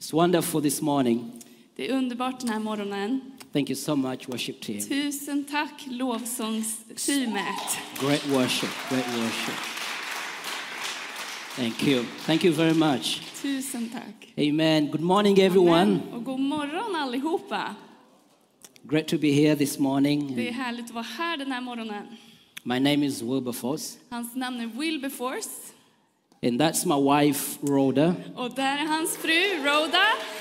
It's wonderful this morning. Det är underbart den här morgonen. Thank you so much, worship team. Tusen tack lovsångsteamet. Great worship, great worship. Thank you very much. Tusen tack. Amen. Good morning, everyone. Amen. Och god morgon allihopa. Great to be here this morning. Det är härligt att vara här den här morgonen. My name is Wilberforce. Hans namn är Wilberforce. And that's my wife, Rhoda. Och där är hans fru, Rhoda.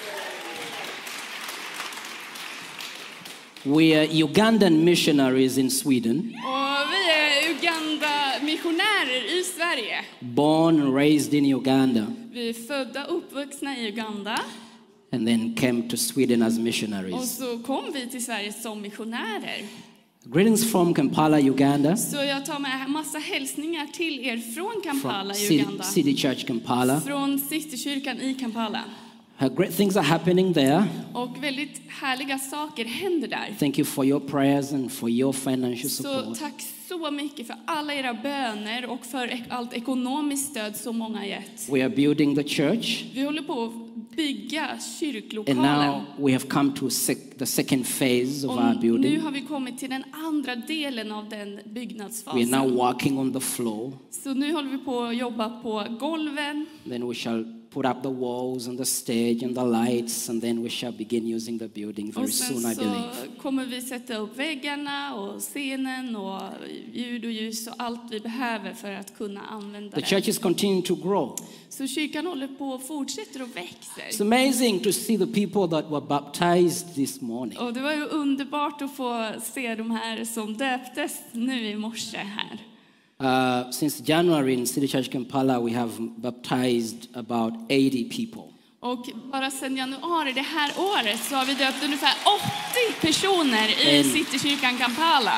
We are Ugandan missionaries in Sweden. Och vi är Uganda-missionärer i Sverige. Born and raised in Uganda. Vi är födda och uppvuxna i Uganda. And then came to Sweden as Och missionaries. så kom vi till Sverige som missionärer. Greetings from Kampala, Uganda. Så jag tar med massa hälsningar till er från Kampala From i Uganda. City Church, Kampala. Från Citykyrkan i Kampala. Great things are happening there. Och väldigt härliga saker händer där. Thank you for your prayers and for your financial Så support. tack så mycket för alla era böner och för allt ekonomiskt stöd som många har gett. We are building the church. Vi håller på att bygga And kyrklokalen. now we have come to the second phase of our Och nu building. har vi kommit till den andra delen av den We are byggnadsfasen. now walking on the floor. Så nu håller vi på att jobba på golven. Then we shall put up the walls and the stage and the lights, and then we shall begin using the building very Och sen soon, I så believe. kommer vi sätta upp väggarna och scenen och ljud och ljus och allt vi behöver för att kunna använda The det. church is continuing to grow. Så kyrkan håller på och fortsätter och växer. It's amazing to see the people that were baptized this morning. Och det var ju underbart att få se de här som döptes nu i morse här. Since January in City Church Kampala, we have baptized about 80 people. Och bara sedan januari det här året så har vi döpt ungefär 80 personer i Citykyrkan Kampala.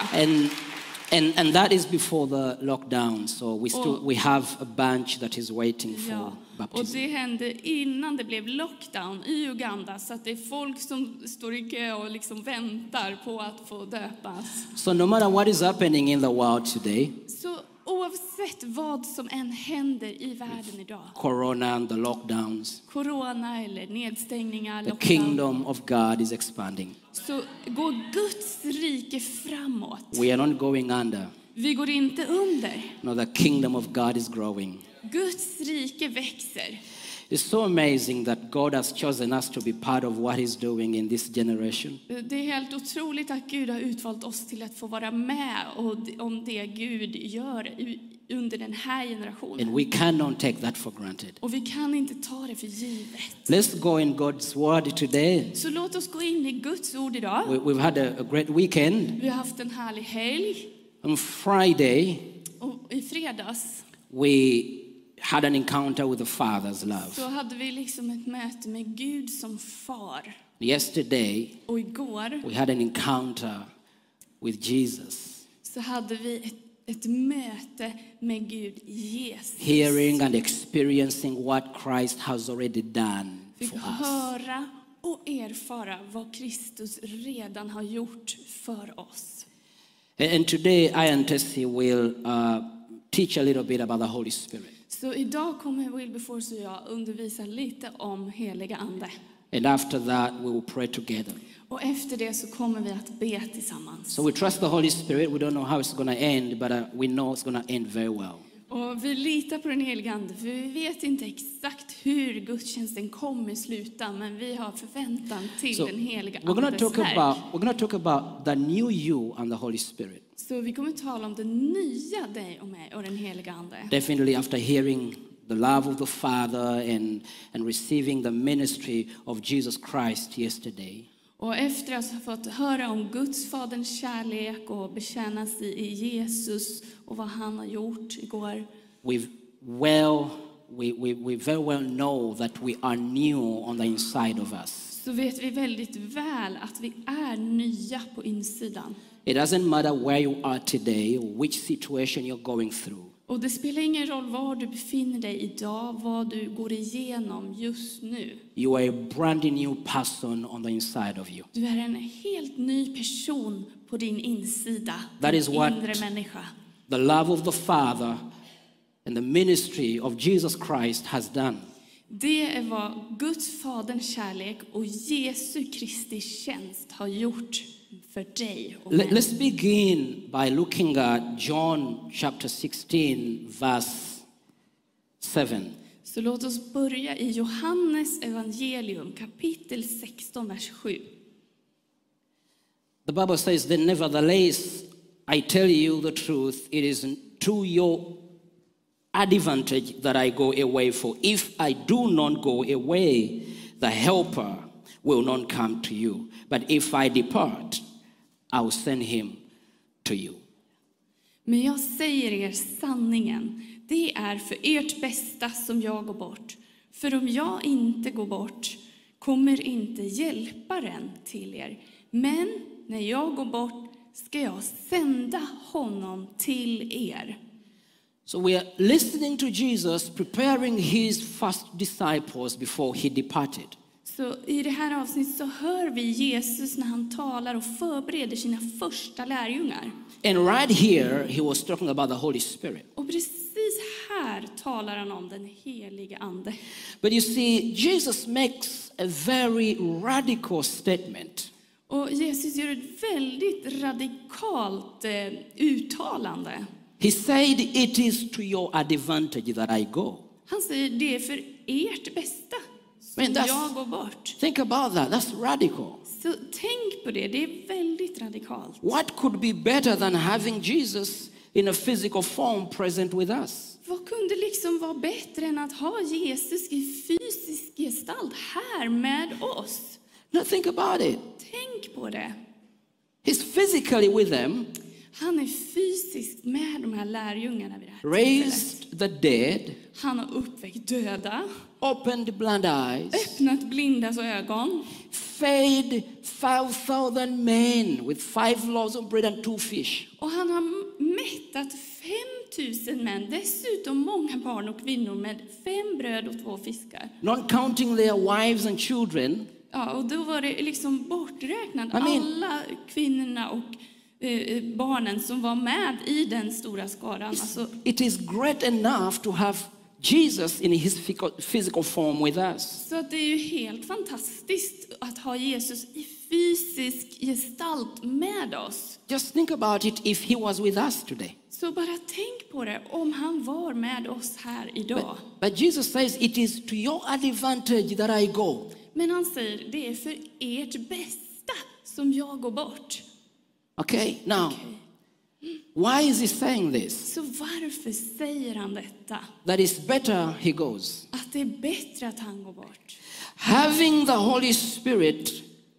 And that is before the lockdown, so we have a bunch that is waiting for Ja, och baptism. det hände innan det blev lockdown i Uganda, så att det är folk som står i kö och liksom väntar på att få döpas. So no matter what is happening in the world today, Så oavsett vad som än händer i världen idag, corona and the lockdowns, corona eller nedstängningar, the lockdown, kingdom of God is expanding. så går Guds rike framåt. We are not going under. Vi går inte under. No, the kingdom of God is growing. Guds rike växer. It's so amazing that God has chosen us to be part of what He's doing in this generation. Det är helt otroligt att Gud har utvalt oss till att få vara med om det Gud gör under den här generationen. And we cannot take that for granted. Och vi kan inte ta det för givet. Let's go in God's word today. Så låt oss gå in i Guds ord idag. We've had a great weekend. Vi har haft en härlig helg. On Friday, Och i fredags we had an encounter with the Father's love. så hade vi liksom ett möte med Gud som far. Yesterday, Och igår we had an encounter with Jesus. så hade vi ett möte med Gud, Jesus. Hearing and experiencing what Christ has already done Fick for us. höra och erfara vad Kristus redan har gjort för oss. And today, I and Tessie will teach a little bit about the Holy Spirit. Så idag kommer Wilberforce och jag undervisa lite om heliga ande. And after that, we will pray together. Och efter det så kommer vi att be tillsammans. So we trust the Holy Spirit. We don't know how it's going to end, but we know it's going to end very well. Och vi litar på den heliga ande, för vi vet inte exakt hur gudstjänsten kommer sluta, men vi har förväntan till So den heliga we're going andes to verk. talk about the new you and the Holy Spirit. Så vi kommer tala om den nya dig och mig och den heliga ande. Definitely after hearing the love of the Father and receiving the ministry of Jesus Christ yesterday. Och efter att ha fått höra om Guds faderns kärlek och bekännas i Jesus och vad han har gjort igår, We very well know that we are new on the inside of us. så vet vi väldigt väl att vi är nya på insidan. It doesn't matter where you are today or which situation you're going through. Och det spelar ingen roll var du befinner dig idag, vad du går igenom just nu. You are a brand new person on the inside of you. Du är en helt ny person på din insida, That din is what inre människa. the love of the Father and the ministry of Jesus Christ has done. Det är vad Guds faderns kärlek och Jesu Kristi tjänst har gjort för dig och mig. Let's begin by looking at John chapter 16 verse 7. Så låt oss börja i Johannes evangelium kapitel 16 vers 7. The Bible says that nevertheless I tell you the truth, it is to your advantage that I go away, for if I do not go away, the helper will not come to you. But if I depart, I will send him to you. Men jag säger er sanningen, det är för ert bästa som jag går bort. För om jag inte går bort kommer inte hjälparen till er. Men när jag går bort ska jag sända honom till er. So we are listening to Jesus preparing his first disciples before he departed. Så i det här avsnittet så hör vi Jesus när han talar och förbereder sina första lärjungar. And right here he was talking about the Holy Spirit. Och precis här talar han om den helige ande. But you see, Jesus makes a very radical statement. Och Jesus gör ett väldigt radikalt uttalande. He said, it is to your advantage that I go. Han säger det är för ert bästa som jag går bort. Think about that. That's radical. Så tänk på det är väldigt radikalt. What could be better than having Jesus in a physical form present with us? Vad kunde liksom vara bättre än att ha Jesus i fysisk gestalt här med oss? Now think about it. Tänk på det. He's physically with them. Han är fysiskt med de här lärjungarna vid det här Raised the dead. Han har uppväckt döda. Opened blind eyes. Öppnat blindas ögon. Fed 5,000 men with 5 loaves of bread and 2 fish. Och han har mättat 5,000 män. Dessutom många barn och kvinnor med 5 bröd och 2 fiskar. Not counting their wives and children. Ja, och då var det liksom borträknat alla kvinnorna och barnen som var med i den stora skaran. Alltså, it is great enough to have Jesus in his physical form with us. så att det är ju helt fantastiskt att ha Jesus i fysisk gestalt med oss. Just think about it if he was with us today. Så bara tänk på det om han var med oss här idag. But Jesus says it is to your advantage that I go. Men han säger det är för ert bästa som jag går bort. Okay, now, why is he saying this? Så varför säger han detta? That is better he goes. Att det är bättre att han går bort. Having the Holy Spirit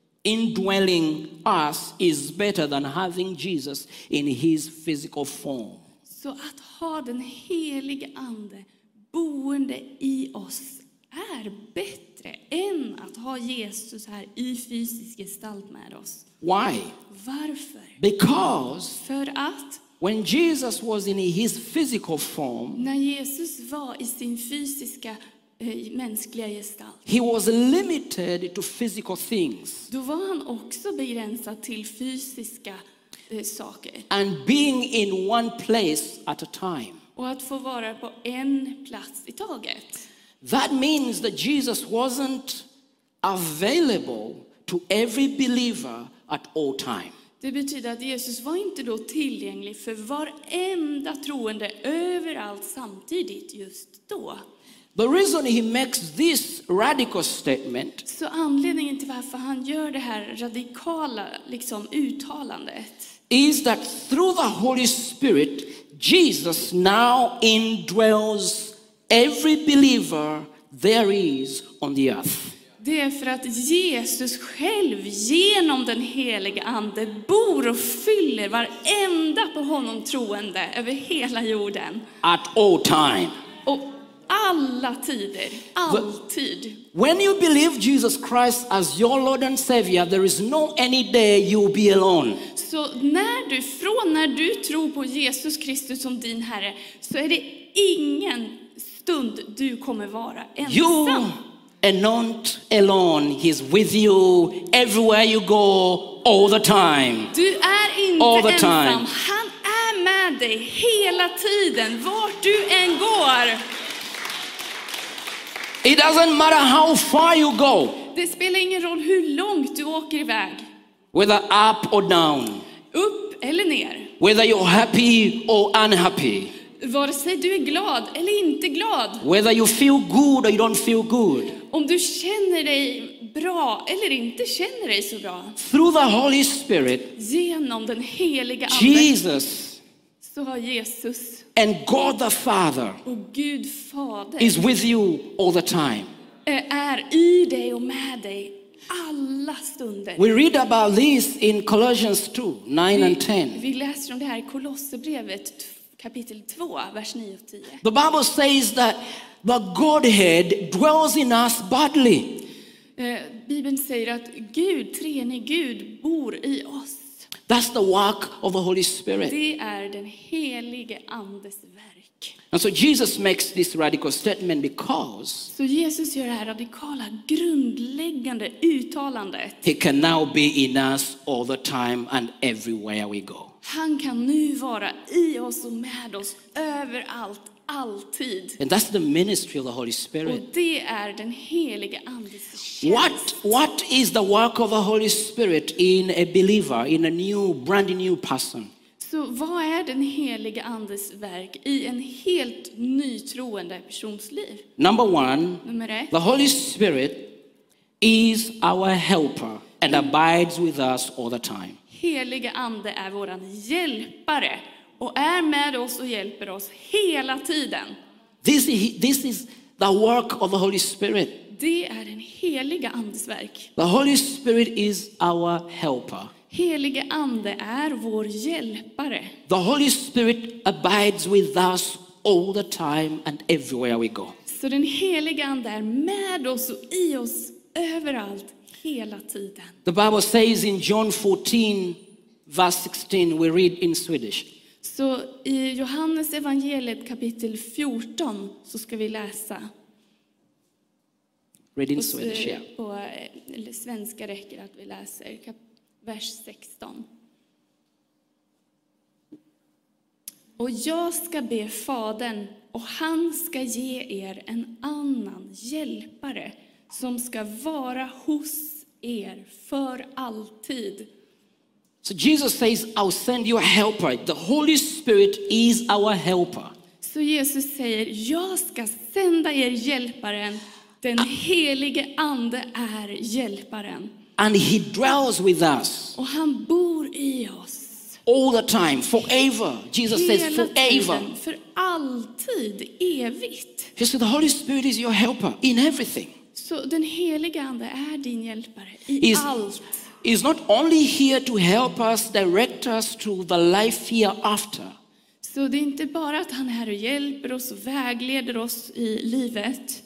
indwelling us is better than having Jesus in his physical form. Så att ha den helige ande boende i oss är bättre än att ha Jesus här i fysisk gestalt med oss. Why? Varför? Because För att when Jesus was in his physical form, när Jesus var i sin fysiska mänskliga gestalt, he was limited to physical things. då var han också begränsad till fysiska saker. And being in one place at a time. Och att få vara på en plats i taget. That means that Jesus wasn't available to every believer at all time. Det betyder att Jesus var inte då tillgänglig för varenda troende överallt samtidigt just då. The reason he makes this radical statement Så anledningen till varför han gör det här radikala uttalandet is that through the Holy Spirit, Jesus now indwells every believer there is on the earth. det är för att Jesus själv genom den heliga ande bor och fyller varenda på honom troende över hela jorden. At all time. Och alla tider, alltid. When you believe Jesus Christ as your Lord and Savior, there is no any day you'll be alone. Så när du tror på Jesus Kristus som din Herre, så är det ingen stund du kommer vara ensam. You are not alone. He's with you everywhere you go, all the time. Du är inte All the ensam. time. Han är med dig hela tiden, vart du än går. It doesn't matter how far you go, Det spelar ingen roll hur långt du åker iväg. whether up or down, Upp eller ner. whether you're happy or unhappy, Vare sig du är glad eller inte glad. whether you feel good or you don't feel good. Om du känner dig bra eller inte känner dig så bra. Through the Holy Spirit, Genom den heliga Ande Jesus så har Jesus and God the Father och Gud Fader is with you all the time. är i dig och med dig alla stunder. We read about this in Colossians 2, 9 and 10. Vi läser om det här i Kolosserbrevet kapitel 2, vers 9 och 10. The Bible says that the Godhead dwells in us bodily. Bibeln säger att Gud, treenig Gud, bor i oss. That's the work of the Holy Spirit. Det är den helige Andes verk. And so Jesus makes this radical statement because Så Jesus gör det här radikala, grundläggande uttalandet. he can now be in us all the time and everywhere we go. Han kan nu vara i oss och med oss överallt, alltid. And that's the ministry of the Holy Och Spirit. det är den helige Andes tjänst. What is the work of the Holy Spirit in a believer, in a brand new person? Så vad är den helige Andes verk i en helt nytroende persons liv? Number one, Nummer 1. the Holy Spirit is our helper and abides with us all the time. Helige Ande är våran hjälpare och är med oss och hjälper oss hela tiden. This is the work of the Holy Spirit. Det är den heliga Andes verk. The Holy Spirit is our helper. Helige Ande är vår hjälpare. The Holy Spirit abides with us all the time and everywhere we go. Så den heliga Ande är med oss och i oss överallt, hela tiden. The Bible says in John 14, verse 16, we read in Swedish. Så i Johannes evangeliet kapitel 14 så ska vi läsa. Read in Swedish, yeah. På svenska räcker att vi läser vers 16. Och jag ska be Fadern och han ska ge er en annan hjälpare som ska vara hos er för alltid. So Jesus says, I'll send you a helper. The Holy Spirit is our helper. Så Jesus säger, jag ska sända er hjälparen. Den helige Ande är hjälparen. And he dwells with us Och han bor i oss. all the time, forever. Jesus says Hela forever. tiden, för alltid, evigt. You see, the Holy Spirit is your helper in everything. Så den helige Ande är din hjälpare i allt. He's not only here to help us, direct us to the life hereafter. Så det är inte bara att han är här och hjälper oss och vägleder oss i livet.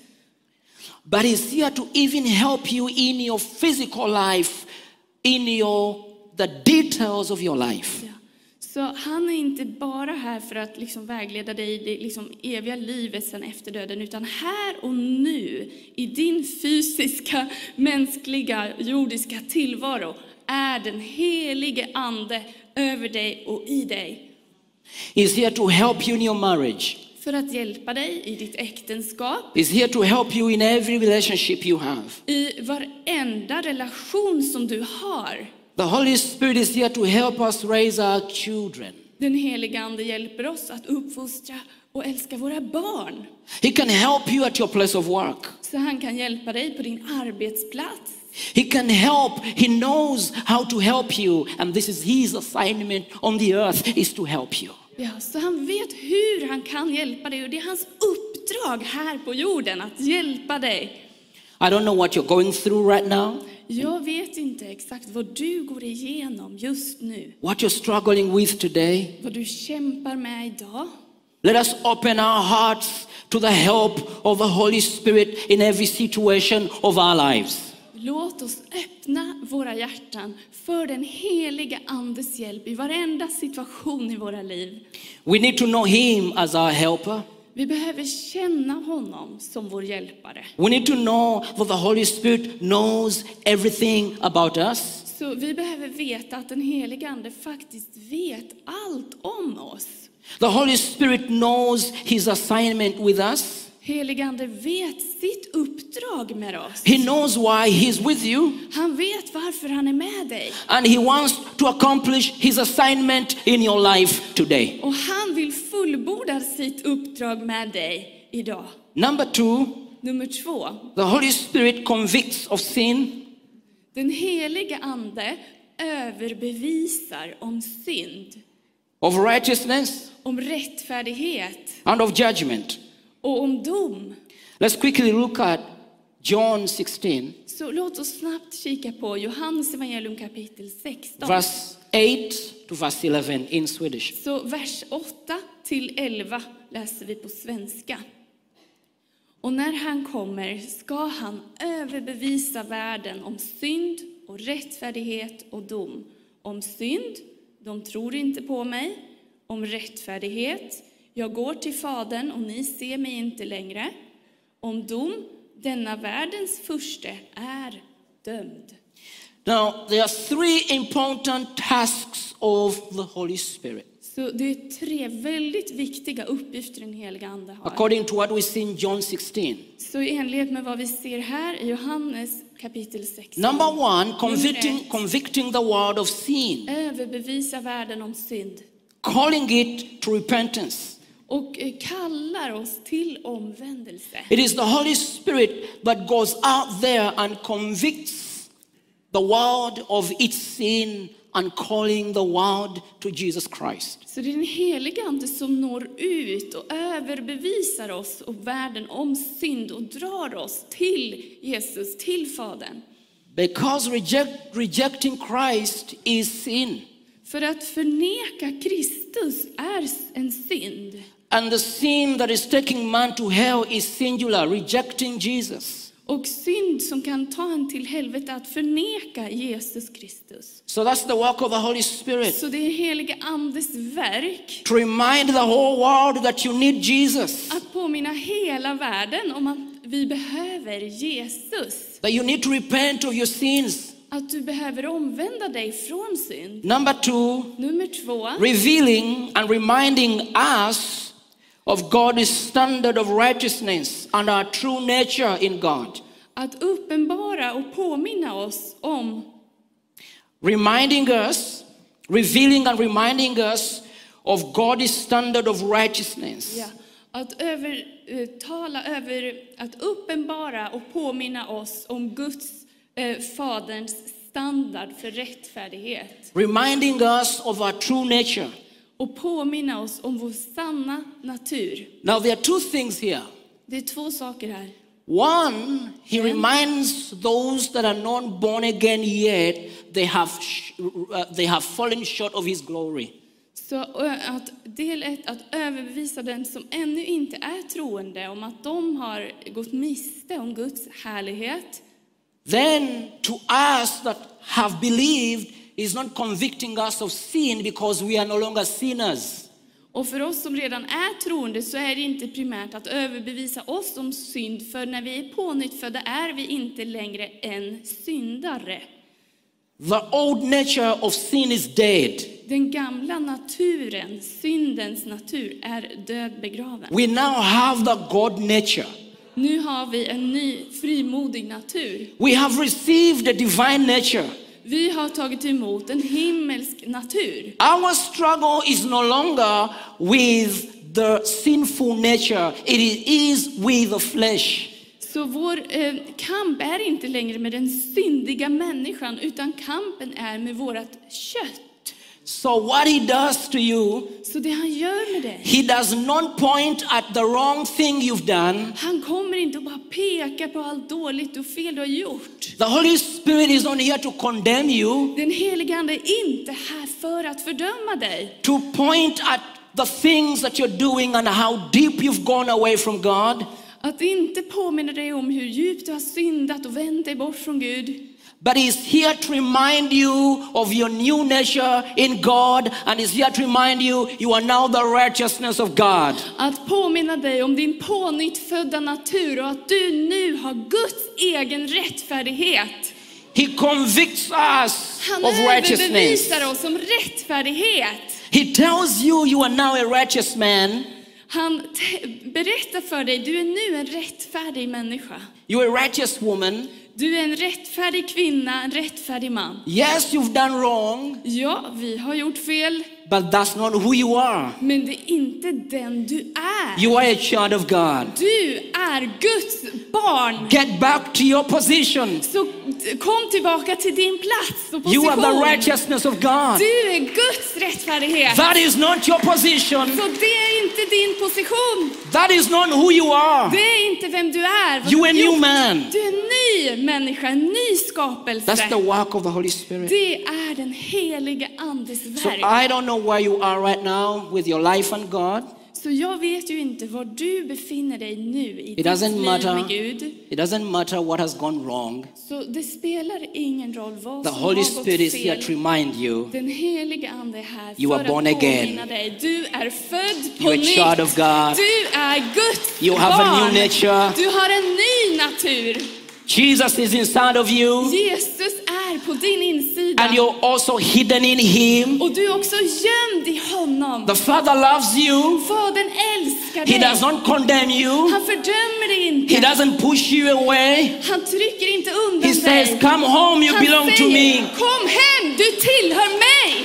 But he's here to even help you in your physical life, in the details of your life. Ja. Så han är inte bara här för att vägleda dig i det eviga livet sen efter döden, utan här och nu i din fysiska, mänskliga, jordiska tillvaro är den helige Ande över dig och i dig. He's here to help you in your marriage. För att hjälpa dig i ditt äktenskap. He's here to help you in every relationship you have. I varenda relation som du har. The Holy Spirit is here to help us raise our children. Den helige Ande hjälper oss att uppfostra och älska våra barn. He can help you at your place of work. Så han kan hjälpa dig på din arbetsplats. He can help. He knows how to help you. And this is his assignment on the earth, is to help you. Ja, så han vet hur han kan hjälpa dig och det är hans uppdrag här på jorden att hjälpa dig. I don't know what you're going through right now. Jag vet inte exakt vad du går igenom just nu. What you're struggling with today. Vad du kämpar med idag. Let us open our hearts to the help of the Holy Spirit in every situation of our lives. Låt oss öppna våra hjärtan för den heliga Andes hjälp i varenda situation i våra liv. We need to know him as our helper. Vi behöver känna honom som vår hjälpare. We need to know that the Holy Spirit knows everything about us. Så vi behöver veta att den heliga Ande faktiskt vet allt om oss. The Holy Spirit knows his assignment with us. Helige Ande vet sitt uppdrag med oss. He knows why he's with you. Han vet varför han är med dig. And he wants to accomplish his assignment in your life today. Och han vill fullborda sitt uppdrag med dig idag. Number 2, Nummer 2. the Holy Spirit convicts of sin. Den helige Ande överbevisar om synd, Of righteousness om rättfärdighet and of judgment. och om dom. Let's quickly look at John 16, Så låt oss snabbt kika på Johannes evangelium kapitel 16. verse 8 to verse 11 in Swedish. Så vers 8 till 11 läser vi på svenska. Och när han kommer ska han överbevisa världen om synd och rättfärdighet och dom. Om synd, de tror inte på mig. Om rättfärdighet, jag går till Fadern och ni ser mig inte längre. Om dom, denna världens furste är dömd. Now, there are 3 important tasks of the Holy Spirit, Så det är 3 väldigt viktiga uppgifter den heliga Ande har. according to what we see in John 16. Så i enlighet med vad vi ser här i Johannes kapitel 16. Number 1, Nummer 1. convicting the world of sin, Överbevisa världen om synd. calling it to repentance. Och kallar oss till omvändelse. It is the Holy Spirit that goes out there and convicts the world of its sin and calling the world to Jesus Christ. Så det är den heliga Ande som når ut och överbevisar oss och världen om synd och drar oss till Jesus, till Fadern. Because rejecting Christ is sin. För att förneka Kristus är en synd. And the sin that is taking man to hell is singular, rejecting Jesus. Och synd som kan ta en till helvete att förneka Jesus Kristus. So that's the work of the Holy Spirit. Så det är heliga Andes verk. To remind the whole world that you need Jesus. Att påminna hela världen om att vi behöver Jesus. That you need to repent of your sins. Att du behöver omvända dig från synd. Number 2, Nummer 2. revealing and reminding us of God's standard of righteousness and our true nature in God. Att uppenbara och påminna oss om. Revealing and reminding us of God's standard of righteousness. Ja, att uppenbara och påminna oss om Guds Faderns standard för rättfärdighet. Reminding us of our true nature. Och påminna oss om vår sanna natur. Now there are 2 things here. Det är 2 saker här. One, he reminds those that are not born again yet, they have fallen short of his glory. Så att del 1, att överbevisa den som ännu inte är troende om att de har gått miste om Guds härlighet. Then to us that have believed, is not convicting us of sin because we are no longer sinners. Och för oss som redan är troende så är det inte primärt att överbevisa oss om synd, för när vi är pånyttfödda är vi inte längre en syndare. The old nature of sin is dead. Den gamla naturen, syndens natur, är död begraven. We now have the God nature. Nu har vi en ny frimodig natur. We have received the divine nature. Vi har tagit emot en himmelsk natur. Our struggle is no longer with the sinful nature. It is with the flesh. Så vår kamp är inte längre med den syndiga människan, utan kampen är med vårt kött. So what he does to you, så det han gör med dig, he does not point at the wrong thing you've done. Han kommer inte att bara peka på allt dåligt och fel du har gjort. The Holy Spirit is not here to condemn you. Den helige Ande är inte här för att fördöma dig. To point at the things that you're doing and how deep you've gone away from God. Att inte påminna dig om hur djupt du har syndat och vänt dig bort från Gud. But he's here to remind you of your new nature in God, and he's here to remind you are now the righteousness of God. Att påminna dig om din pånyttfödda natur och att du nu har Guds egen rättfärdighet. He convicts us Han of righteousness. överbevisar oss om rättfärdighet. He tells you are now a righteous man. Han berättar för dig, du är nu en rättfärdig människa. You're a righteous woman. Du är en rättfärdig kvinna, en rättfärdig man. Yes, you've done wrong, Ja, vi har gjort fel, but that's not who you are. men det är inte den du är. You are a child of God. Du är Guds barn. Get back to your position. Så kom tillbaka till din plats och You are the position. righteousness of God. Du är Guds rättfärdighet. That is not your position. Så det är inte din position. That is not who you are. Det är inte vem du är. Vad You du are a har new gjort. man. Du är en ny människa, en ny skapelse. That's the work of the Holy Spirit. Det är den helige Andes So verk. I don't know where you are right now with your life and God. Så jag vet ju inte var du befinner dig nu i ditt doesn't liv matter. med Gud. It doesn't matter what has gone wrong. Så det spelar ingen roll vad The som Holy har Spirit gått is here fel. to remind you Den helige Ande är här You för are born att again. påminna dig. Du är född på You're a nytt. child of God. Du är Guds You have a barn. new nature. Du har en ny natur. Jesus is inside of you, Jesus är på din insida. and you're also hidden in Him. Och du är också gömd i honom. The Father loves you. Fadern älskar He dig. does not condemn you. Han fördömer dig He inte. doesn't push you away. Han trycker inte undan He says, dig. come home, you Han belong to säger, me. kom hem, du tillhör mig.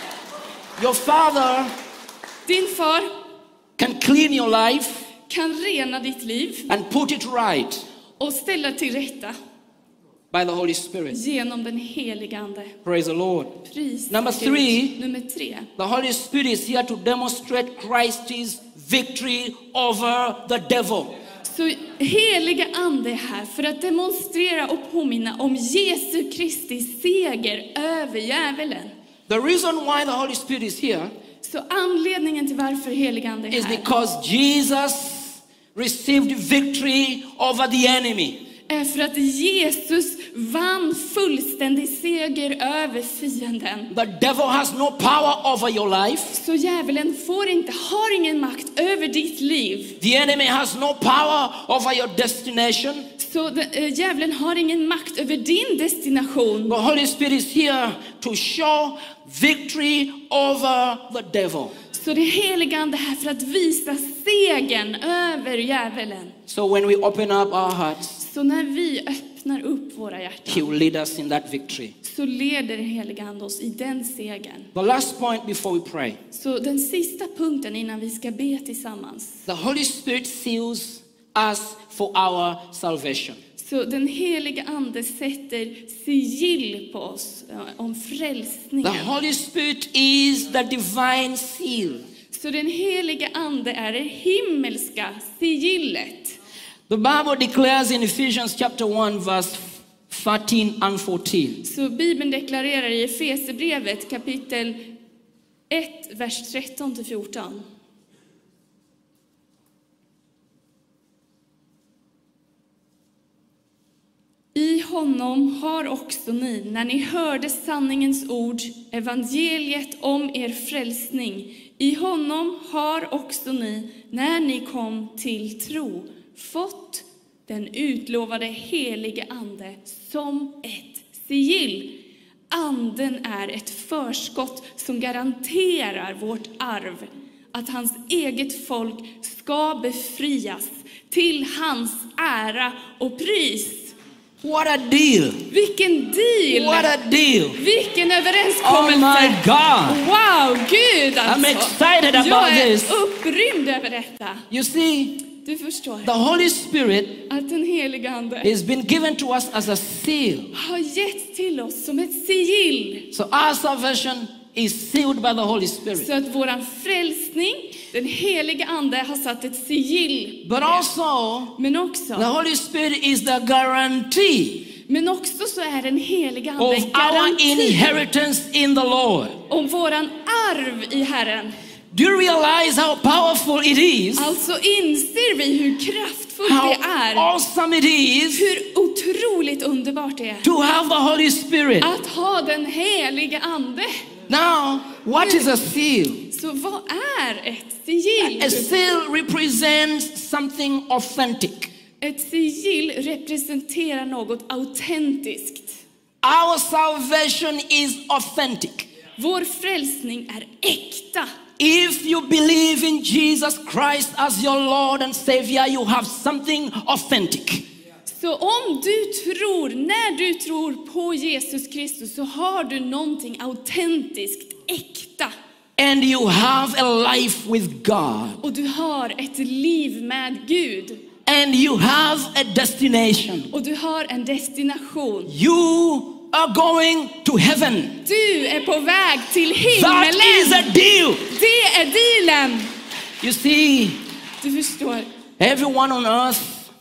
Your Father Din far can clean your life kan rena ditt liv and put it right och ställa till rätta by the Holy Spirit. genom den helige Ande. Praise the Lord. Pris Number Gud. 3. Nummer 3. The Holy Spirit is here to demonstrate Christ's victory over the devil. Så heliga Ande är här för att demonstrera och påminna om Jesu Kristi seger över djävulen. The reason why the Holy Spirit is here Så anledningen till varför heliga Ande är is här because Jesus received victory over the enemy. är för att Jesus vann fullständig seger över fienden. The devil has no power over your life. Så djävulen har ingen makt över ditt liv. The enemy has no power over your destination. Så djävulen har ingen makt över din destination. The Holy Spirit is here to show victory over the devil. Så det heliga Ande är här för att visa segern över djävulen. So when we open up our hearts, Så när vi öppnar upp våra hjärtan He will lead us in that victory. så leder den heliga Ande oss i den segern. The last point before we pray. Så den sista punkten innan vi ska be tillsammans. The Holy Spirit seals us for our salvation. Så den heliga Ande sätter sigill på oss om frälsningen. The Holy Spirit is the divine seal. Så den heliga Ande är det himmelska sigillet. The Bible declares in Ephesians chapter 1 verse 13 and 14. Så Bibeln deklarerar i Efesierbrevet kapitel 1 vers 13 till 14. I honom har också ni, när ni hörde sanningens ord, evangeliet om er frälsning. I honom har också ni, när ni kom till tro, fått den utlovade helige Ande som ett sigill. Anden är ett förskott som garanterar vårt arv, att hans eget folk ska befrias till hans ära och pris. What a deal! Vilken deal! What a deal! Vilken överenskommelse! Oh my God! Wow, Gud alltså! I'm excited about Jag är this. upprymd över detta. You see, Du förstår the Holy Spirit att den heliga Ande has been given to us as a seal. har gett till oss som ett sigill. So our salvation is sealed by the Holy Spirit. Så att våran frälsning, den heliga Ande har satt ett sigill. But also, Men the också Holy Spirit is the guarantee så är den heliga Ande of en our garanti inheritance in the Lord. om våran arv i Herren. Do you realize how powerful it is? Alltså inser vi hur kraftfullt How det är. awesome it is Hur otroligt underbart det är. to have the Holy Spirit. Att ha den heliga Ande. Now, what is a seal? Så vad är ett sigill? A seal represents something authentic. Ett sigill representerar något autentiskt. Our salvation is authentic. Vår frälsning är äkta. if you believe in Jesus Christ as your Lord and Savior, you have something authentic. Så när du tror på Jesus Kristus så har du någonting autentiskt, äkta. And you have a life with God. Och du har ett liv med Gud. And you have a destination. Och du har en destination. You are going to heaven. Du är på väg till himmelen. That is a deal. Det är dealen. You see, Du förstår. everyone on earth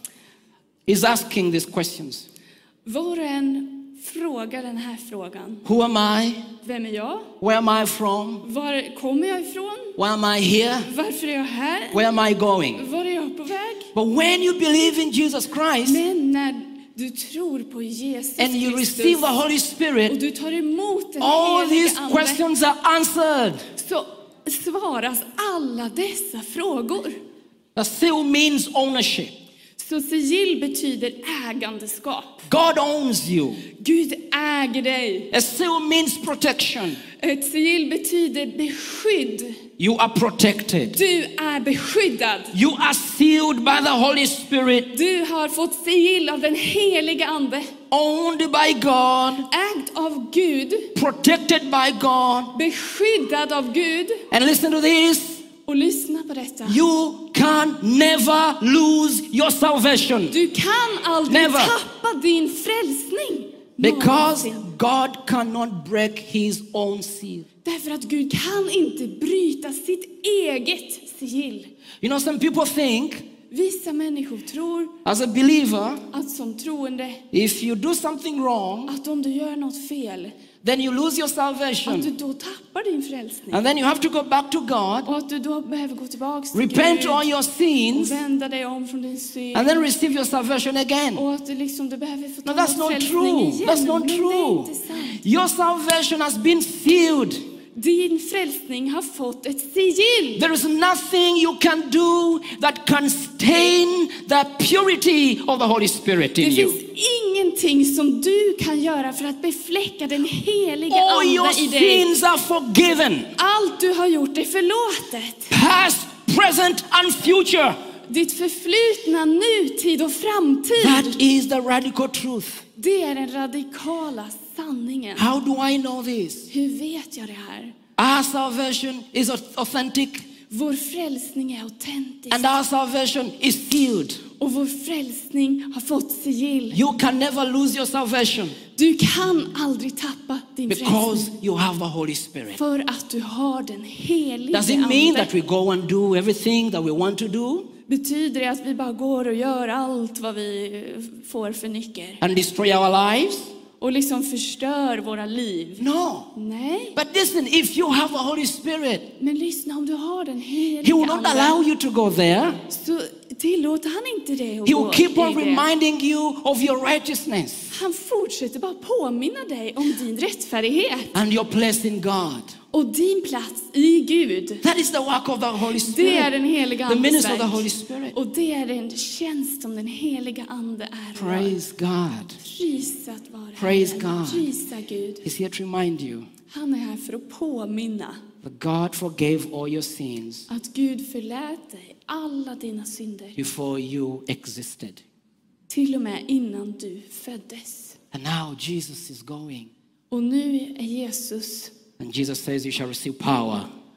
is asking these questions. Var och en frågar den här frågan. Who am I? Vem är jag? Where am I from? Var kommer jag ifrån? Why am I here? Varför är jag här? Where am I going? Var är jag på väg? But when you believe in Jesus Christ Men när du tror på Jesus and you Kristus receive the Holy och Spirit, du tar emot den all helige these Ande, questions are answered. så svaras alla dessa frågor. The seal means ownership. Så sigill betyder ägandeskap. God owns you. Gud äger dig. A seal means protection. Ett sigill betyder beskydd. You are protected. Du är beskyddad. You are sealed by the Holy Spirit, Du har fått sigill av den heliga Ande. owned by God, Ägd av Gud. protected by God. Beskyddad av Gud. And listen to this. Och lyssna på detta. You can never lose your salvation Du kan aldrig Never. tappa din frälsning. because Någonsin. God cannot break his own seal. Därför att Gud kan inte bryta sitt eget sigill. You know, some people think Vissa människor tror as a believer, att som troende, if you do something wrong, att om du gör något fel, then you lose your att du salvation. då tappar din frälsning. And then you have to go back to God, Och att du då behöver gå tillbaka till repent Gud all your och sins, vända dig om från din synd. and then receive your salvation again. Och att du behöver få No, ta that's not frälsning true. igen. That's not Men det är true. inte sant. Your salvation has been sealed. Din frälsning har fått ett sigill. There is nothing you can do that can stain the purity of the Holy Spirit Det in you. finns ingenting som du kan göra för att befläcka den heliga All your Ande i dig. sins are forgiven. Allt du har gjort är förlåtet. Past, present and future. Ditt förflutna, nutid och framtid. That is the radical truth. Det är den radikala sanningen. How do I know this? Hur vet jag det här? Our salvation is authentic Vår frälsning är autentisk. and our salvation is sealed. Och vår frälsning har fått sigill. You can never lose your salvation Du kan aldrig tappa din because frälsning. you have the Holy Spirit. För att du har den helige Does it mean Ande. that we go and do everything that we want to do Betyder det att vi bara går och gör allt vad vi får för nycker? and destroy our lives? Och liksom förstör våra liv? No. Nej. But listen, if you have the Holy Spirit, Men lyssna, om du har den He helige will not allow Ande you to go there. så tillåter han inte dig att He gå will keep on i det. reminding you of your righteousness Han fortsätter bara påminna dig om din rättfärdighet and your place in God. och din plats i Gud. That is the work of the Holy Det är Spirit. den heliga The Andes ministry of the verk. Holy Spirit. Och det är den tjänst som den heliga Ande är. Praise God. Prisat vare Praise Herren. God. Prisa Gud. He's here to remind you Han är här för att påminna that God forgave all your sins att Gud förlät dig alla dina synder. before you existed. Till och med innan du föddes. And now Jesus is going. Och nu är Jesus, And Jesus says you shall receive power.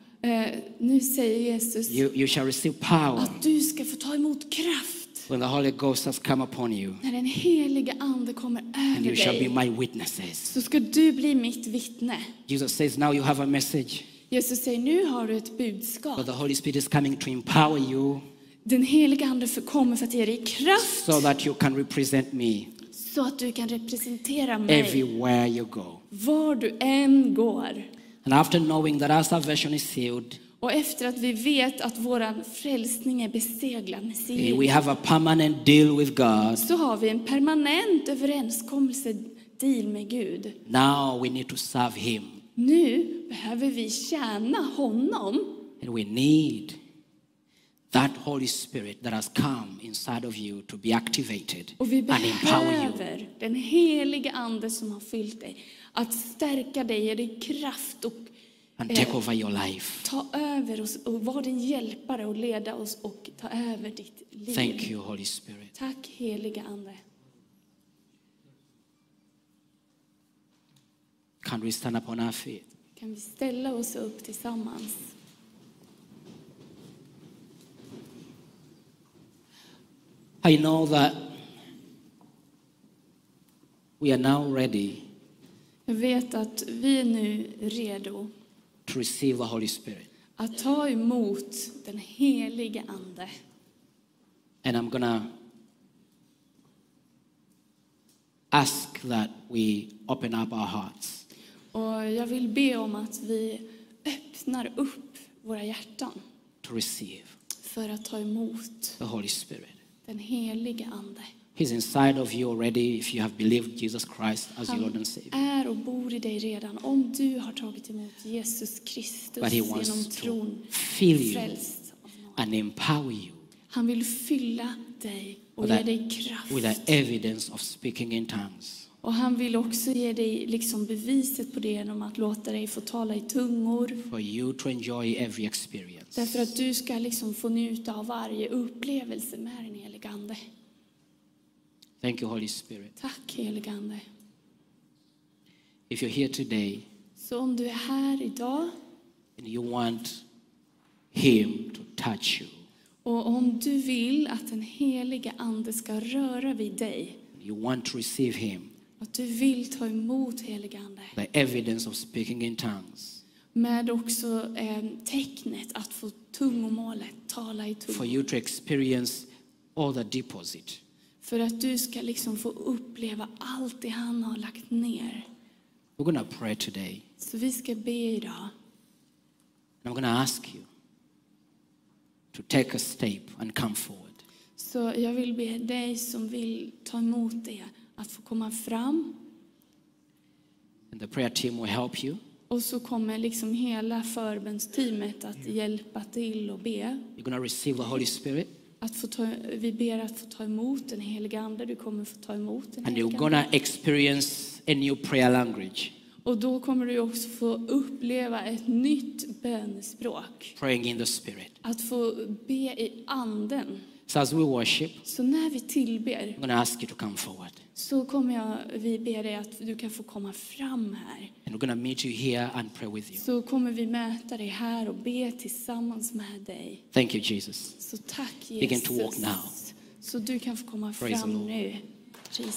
nu säger Jesus You shall receive power att du ska få ta emot kraft when the Holy Ghost has come upon you. när den heliga Ande kommer And you över shall be dig. my witnesses. Så ska du bli mitt vittne. Jesus says now you have a message. Jesus säger, nu har du ett But budskap. the Holy Spirit is coming to empower you Den heliga Ande kommer för att ge dig kraft so that you can represent me så att du kan representera mig everywhere you go. var du än går. And after knowing that our salvation is sealed, Och efter att vi vet att vår frälsning är beseglad med we sigill, have a permanent deal with God. så har vi en permanent överenskommelse, deal med Gud. Now we need to serve Him. Nu behöver vi tjäna honom. And we need that Holy Spirit that has come inside of you to be activated Och vi and empower you. behöver den heliga Ande som har fyllt dig att stärka dig, ge dig kraft och and take over your life. ta över oss och vara din hjälpare och leda oss och ta över ditt liv. Thank you, Holy Spirit. Tack heliga Ande. Can we stand up on our feet? Kan vi ställa oss upp tillsammans? I know that we are now ready Jag vet att vi är nu redo to receive the Holy Spirit. att ta emot den helige Ande. And I'm gonna ask that we open up our hearts. Och jag vill be om att vi öppnar upp våra hjärtan To receive för att ta emot the Holy Spirit. den helige Ande. He's inside of you already if you have believed Jesus Christ as your Lord and Savior. Är och bor i dig redan om du har tagit emot Jesus Kristus But he genom wants tron, to fill you frälst av nåd. and empower you Han vill fylla dig och with ge dig with kraft. the evidence of speaking in tongues. Och han vill också ge dig liksom beviset på det genom att låta dig få tala i tungor. For you to enjoy every experience. Därför att du ska liksom få njuta av varje upplevelse med den helige Ande. Thank you, Holy Spirit. Tack helige Ande. If you're here today Så om du är här idag and you want him to touch you, och om du vill att den helige Ande ska röra vid dig, you want to receive him, att du vill ta emot helige Ande the evidence of speaking in tongues, med också tecknet att få tungomålet, tala i for tungor. you to experience all the deposit, För att du ska liksom få uppleva allt det han har lagt ner. we're going to pray today. Så vi ska be idag. And I'm going to ask you to take a step and come forward. Så jag vill be dig som vill ta emot det att få komma fram. And the prayer team will help you. Och så kommer liksom hela förbönsteamet att hjälpa till och be. You're going to receive the Holy Spirit. Vi ber att få ta emot den heliga Ande. Du kommer få ta emot den And heliga you're going Ande. to experience a new prayer language, Och då kommer du också få uppleva ett nytt bönespråk. praying in the Spirit. Att få be i anden. So as we worship, Så när vi tillber I'm going to ask you to come forward. så kommer vi be dig att du kan få komma fram här. And we're going to meet you here and pray with you. Så kommer vi möta dig här och be tillsammans med dig. Thank you, Jesus. Så tack Begin Jesus. to walk now. Så du kan få komma Praise the fram Lord. nu.